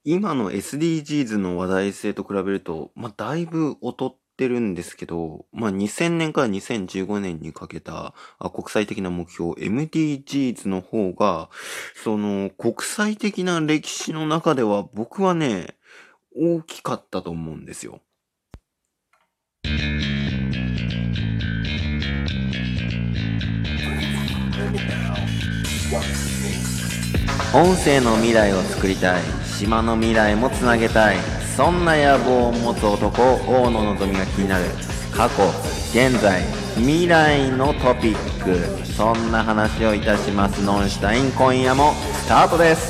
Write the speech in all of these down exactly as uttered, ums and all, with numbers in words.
今の エスディージーズ の話題性と比べると、まあ、だいぶ劣ってるんですけど、まあ、にせんねんからにせんじゅうごねんにかけたあ国際的な目標 エムディージーズ の方が、その国際的な歴史の中では僕はね、大きかったと思うんですよ。音声の未来を作りたい。島の未来もつなげたい。そんな野望を持つ男、大野のぞみが気になる。過去、現在、未来のトピック。そんな話をいたします。ノンシュタイン、今夜もスタートです。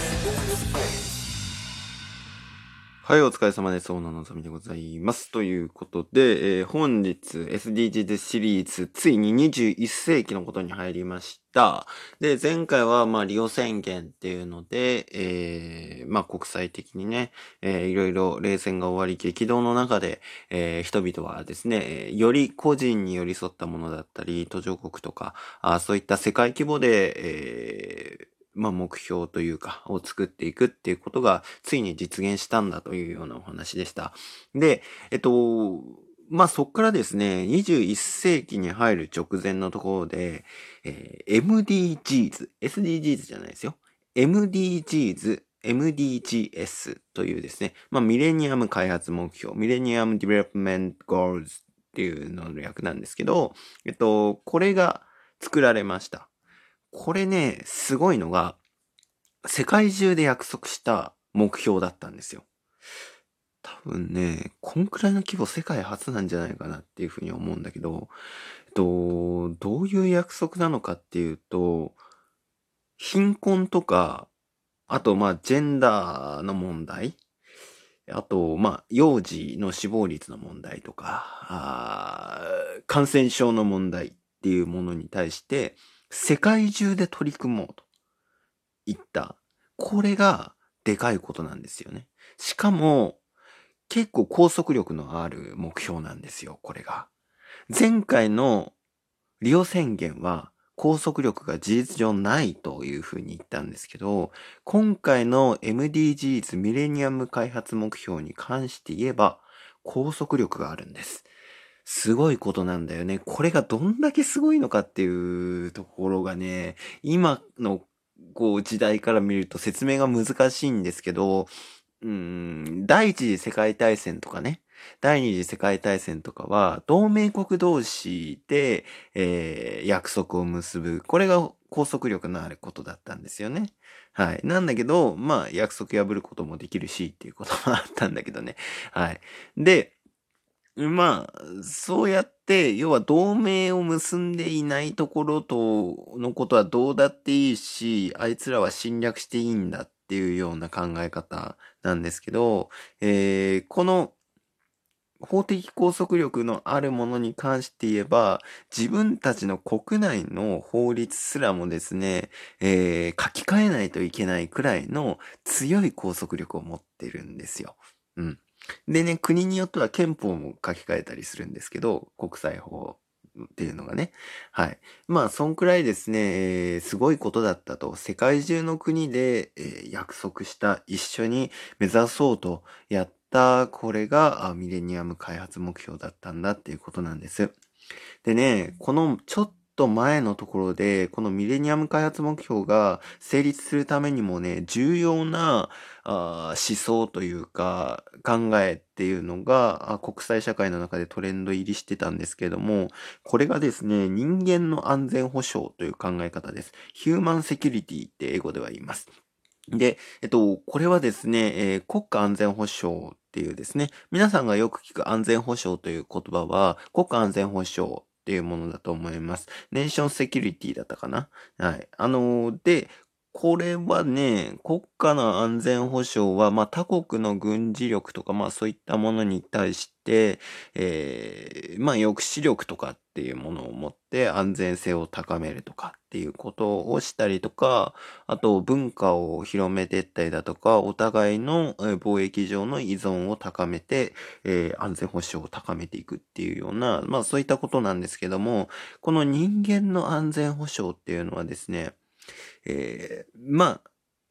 はい、お疲れ様です。大野のぞみでございます。ということで、えー本日 エスディージーズ シリーズ、ついににじゅういっ世紀のことに入りました。で、前回は、まあ、リオ宣言っていうので、えーまあ、国際的にね、えーいろいろ冷戦が終わり、激動の中で、えー人々はですね、えーより個人に寄り添ったものだったり、途上国とか、あーそういった世界規模で、えーまあ、目標というか、を作っていくっていうことが、ついに実現したんだというようなお話でした。で、えっと、まあ、そっからですね、にじゅういっ世紀に入る直前のところで、えー エムディージーズ、エスディージーズ じゃないですよ。エムディージーズ、エムディージーエス というですね、まあ、ミレニアム開発目標、ミレニアムディベロップメントゴールズっていうのの略なんですけど、えっと、これが作られました。これね、すごいのが、世界中で約束した目標だったんですよ。多分ね、こんくらいの規模世界初なんじゃないかなっていうふうに思うんだけど、えっと、どういう約束なのかっていうと、貧困とか、あとまあジェンダーの問題、あとまあ幼児の死亡率の問題とか、あー感染症の問題っていうものに対して、世界中で取り組もうといった。これがでかいことなんですよね。しかも、結構拘束力のある目標なんですよ、これが。前回のリオ宣言は拘束力が事実上ないというふうに言ったんですけど、今回の エムディージーズ ミレニアム開発目標に関して言えば拘束力があるんです。すごいことなんだよね。これがどんだけすごいのかっていうところがね、今のこう時代から見ると説明が難しいんですけど、うーん、第一次世界大戦とかね、第二次世界大戦とかは、同盟国同士で、えー約束を結ぶ。これが拘束力のあることだったんですよね。はい。なんだけど、まあ、約束破ることもできるしっていうこともあったんだけどね。はい。で、まあ、そうやって、要は同盟を結んでいないところとのことはどうだっていいし、あいつらは侵略していいんだっていうような考え方なんですけど、えーこの法的拘束力のあるものに関して言えば、自分たちの国内の法律すらもですね、えー書き換えないといけないくらいの強い拘束力を持ってるんですよ。うん。でね、国によっては憲法も書き換えたりするんですけど、国際法っていうのがね。はい。まあ、そんくらいですね、えーすごいことだったと。世界中の国で、えー約束した、一緒に目指そうとやった、これがあミレニアム開発目標だったんだっていうことなんです。でね、このちょっと前のところで、このミレニアム開発目標が成立するためにもね、重要なあ思想というか考えっていうのがあ国際社会の中でトレンド入りしてたんですけれども、これがですね、人間の安全保障という考え方です。ヒューマンセキュリティって英語では言います。で、えっと、これはですね、えー国家安全保障っていうですね、皆さんがよく聞く安全保障という言葉は、国家安全保障っていうものだと思います。ネーションセキュリティだったかな。はい。あのーで、これはね、国家の安全保障は、まあ、他国の軍事力とか、まあ、そういったものに対して、えーまあ、抑止力とかっていうものを持って安全性を高めるとかっていうことをしたりとか、あと文化を広めていったりだとか、お互いのえー貿易上の依存を高めて、えー安全保障を高めていくっていうような、まあそういったことなんですけども、この人間の安全保障っていうのはですね、えーまあ、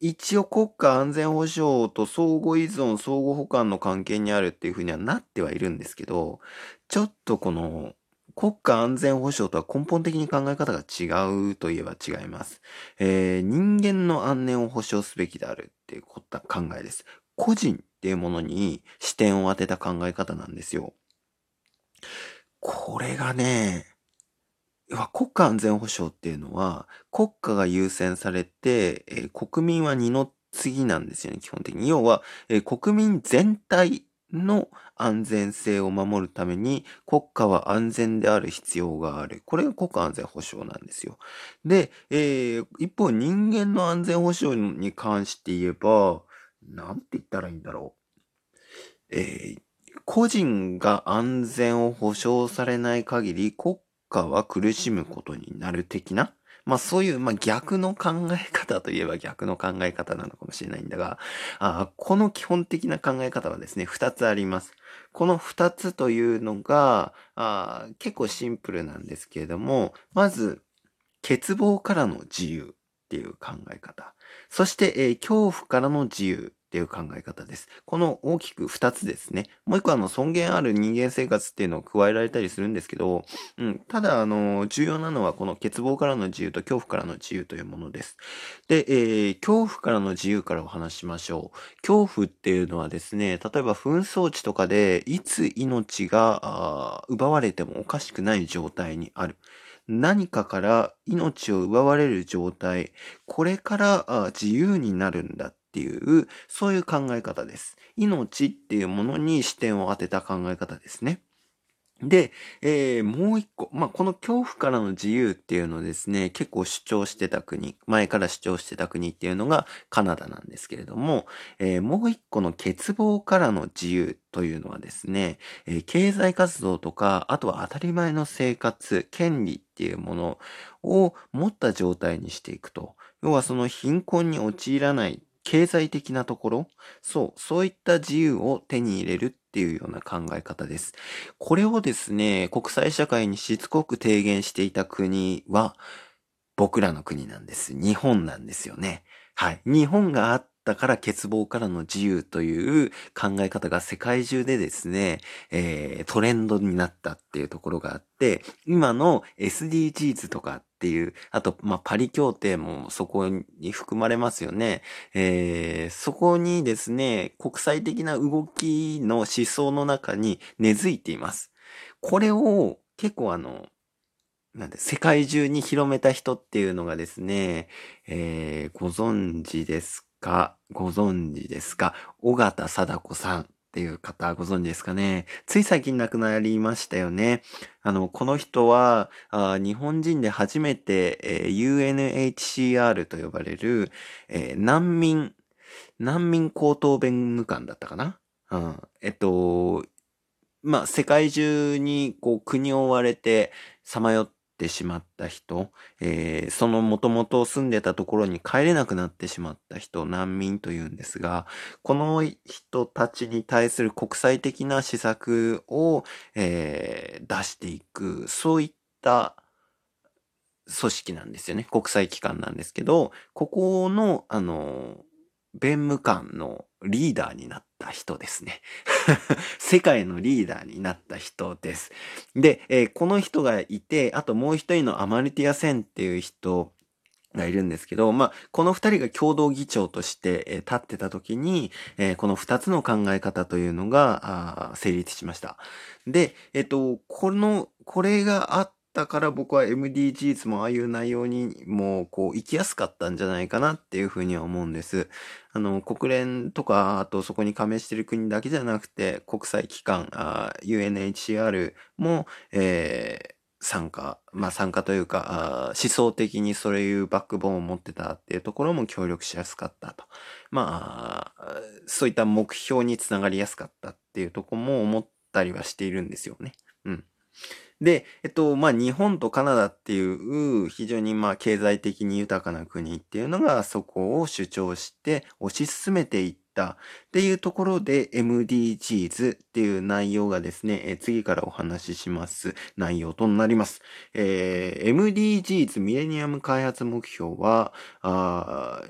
一応国家安全保障と相互依存、相互補完の関係にあるっていうふうにはなってはいるんですけど、ちょっとこの国家安全保障とは根本的に考え方が違うといえば違います。えー人間の安全を保障すべきであるっていうこと考えです。個人っていうものに視点を当てた考え方なんですよ。これがね、要は国家安全保障っていうのは、国家が優先されて、えー国民は二の次なんですよね、基本的に。要は、えー国民全体の安全性を守るために、国家は安全である必要がある。これが国家安全保障なんですよ。で、えー一方、人間の安全保障に関して言えば、なんて言ったらいいんだろう。えー個人が安全を保障されない限り国家は苦しむことになる的な、まあそういう、まあ逆の考え方といえば逆の考え方なのかもしれないんだが、あーこの基本的な考え方はですね、二つあります。この二つというのが、あー結構シンプルなんですけれども、まず、欠乏からの自由っていう考え方。そして、えー恐怖からの自由っていう考え方です。この大きく二つですね。もう一個あの尊厳ある人間生活っていうのを加えられたりするんですけど、うん、ただあの重要なのはこの欠乏からの自由と恐怖からの自由というものです。で、えー恐怖からの自由からお話ししましょう。恐怖っていうのはですね、例えば紛争地とかでいつ命があー奪われてもおかしくない状態にある。何かから命を奪われる状態、これからあ自由になるんだっていう、そういう考え方です。命っていうものに視点を当てた考え方ですね。で、えーもう一個、まあ、この恐怖からの自由っていうのをですね、結構主張してた国、前から主張してた国っていうのがカナダなんですけれども、えーもう一個の欠乏からの自由というのはですね、えー経済活動とか、あとは当たり前の生活、権利っていうものを持った状態にしていくと。要はその貧困に陥らない経済的なところ、そう、そういった自由を手に入れるっていうような考え方です。これをですね、国際社会にしつこく提言していた国は、僕らの国なんです。日本なんですよね。はい。日本があったから欠乏からの自由という考え方が世界中でですね、えートレンドになったっていうところがあって、今の エスディージーズ とかっていう、あと、まあ、パリ協定もそこに含まれますよね。えーそこにですね、国際的な動きの思想の中に根付いています。これを結構あの、なんで、世界中に広めた人っていうのがですね、えー、ご存知ですかご存知ですか尾形貞子さんっていう方ご存知ですかね。つい最近亡くなりましたよね。あの、この人は、あー日本人で初めて、えー ユーエヌエイチシーアール と呼ばれる、えー難民、難民高等弁務官だったかな。うん。えっと、まあ、世界中にこう国を追われてさまよってしまった人、えーそのもともと住んでたところに帰れなくなってしまった人、難民というんですが、この人たちに対する国際的な施策を、えー出していく、そういった組織なんですよね。国際機関なんですけど、ここの、あの、弁務官のリーダーになった人ですね。世界のリーダーになった人です。で、えーこの人がいて、あともう一人のアマルティア・センっていう人がいるんですけど、まあ、この二人が共同議長として、えー立ってた時に、えーこの二つの考え方というのが、あー成立しました。で、えっと、この、これがあったから僕は エムディージーズ もああいう内容にもうこう行きやすかったんじゃないかなっていうふうには思うんです。あの、国連とか、あとそこに加盟してる国だけじゃなくて、国際機関、あー ユーエヌエイチシーアール も、えー参加、まあ参加というか、あー思想的にそういうバックボーンを持ってたっていうところも協力しやすかったと。まあ、そういった目標につながりやすかったっていうところも思ったりはしているんですよね。うん。で、えっと、まあ、日本とカナダっていう非常にまあ経済的に豊かな国っていうのがそこを主張して推し進めていったっていうところで エムディージーズ っていう内容がですね、えー次からお話しします内容となります。えー エムディージーズ ミレニアム開発目標は、あー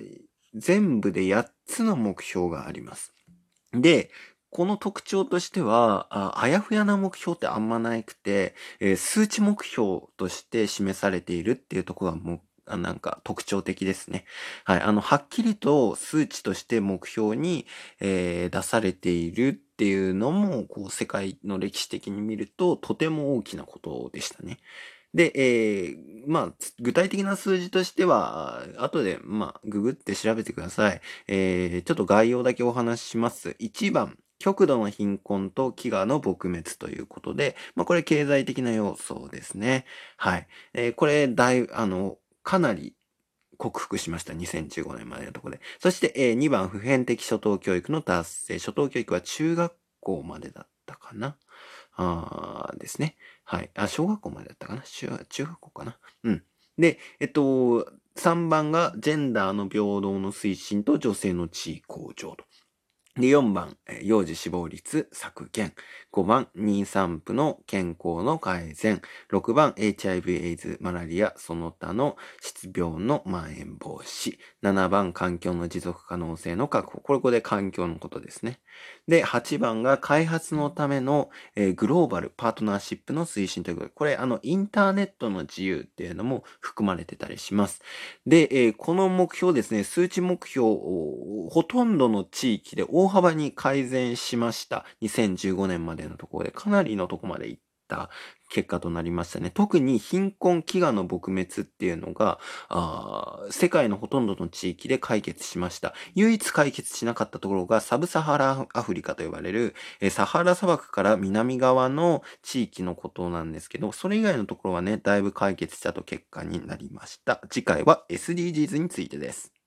全部でやっつの目標があります。で、この特徴としては、ああやふやな目標ってあんまなくて、えー数値目標として示されているっていうところがもあなんか特徴的ですね。はい。あの、はっきりと数値として目標に、えー出されているっていうのも、こう、世界の歴史的に見ると、とても大きなことでしたね。で、えーまあ、つ具体的な数字としては、あ後で、まあ、ググって調べてください。えーちょっと概要だけお話しします。いちばん、極度の貧困と飢餓の撲滅ということで、まあ、これ経済的な要素ですね。はい。えーこれ、だい、あの、かなり克服しました。にせんじゅうごねんまでのところで。そして、えーにばん、普遍的初等教育の達成。初等教育は中学校までだったかな。あーですね。はい。あ、小学校までだったかな。中中学校かな。うん。で、えっと、さんばんがジェンダーの平等の推進と女性の地位向上と。で、よんばん、えー幼児死亡率削減。ごばん、妊産婦の健康の改善。ろくばん、エイチアイブイ エイズ、マラリア、その他の疾病の蔓延防止。ななばん、環境の持続可能性の確保。これこれ環境のことですね。で、はちばんが開発のための、えーグローバルパートナーシップの推進ということで、これ、あの、インターネットの自由っていうのも含まれてたりします。で、えーこの目標ですね、数値目標をほとんどの地域で大幅に改善しました。にせんじゅうごねんまでのところでかなりのところまで行った結果となりましたね。特に貧困飢餓の撲滅っていうのが、あー世界のほとんどの地域で解決しました。唯一解決しなかったところがサブサハラアフリカと呼ばれる、えーサハラ砂漠から南側の地域のことなんですけど、それ以外のところはね、だいぶ解決したと結果になりました。次回は エスディージーズ についてです。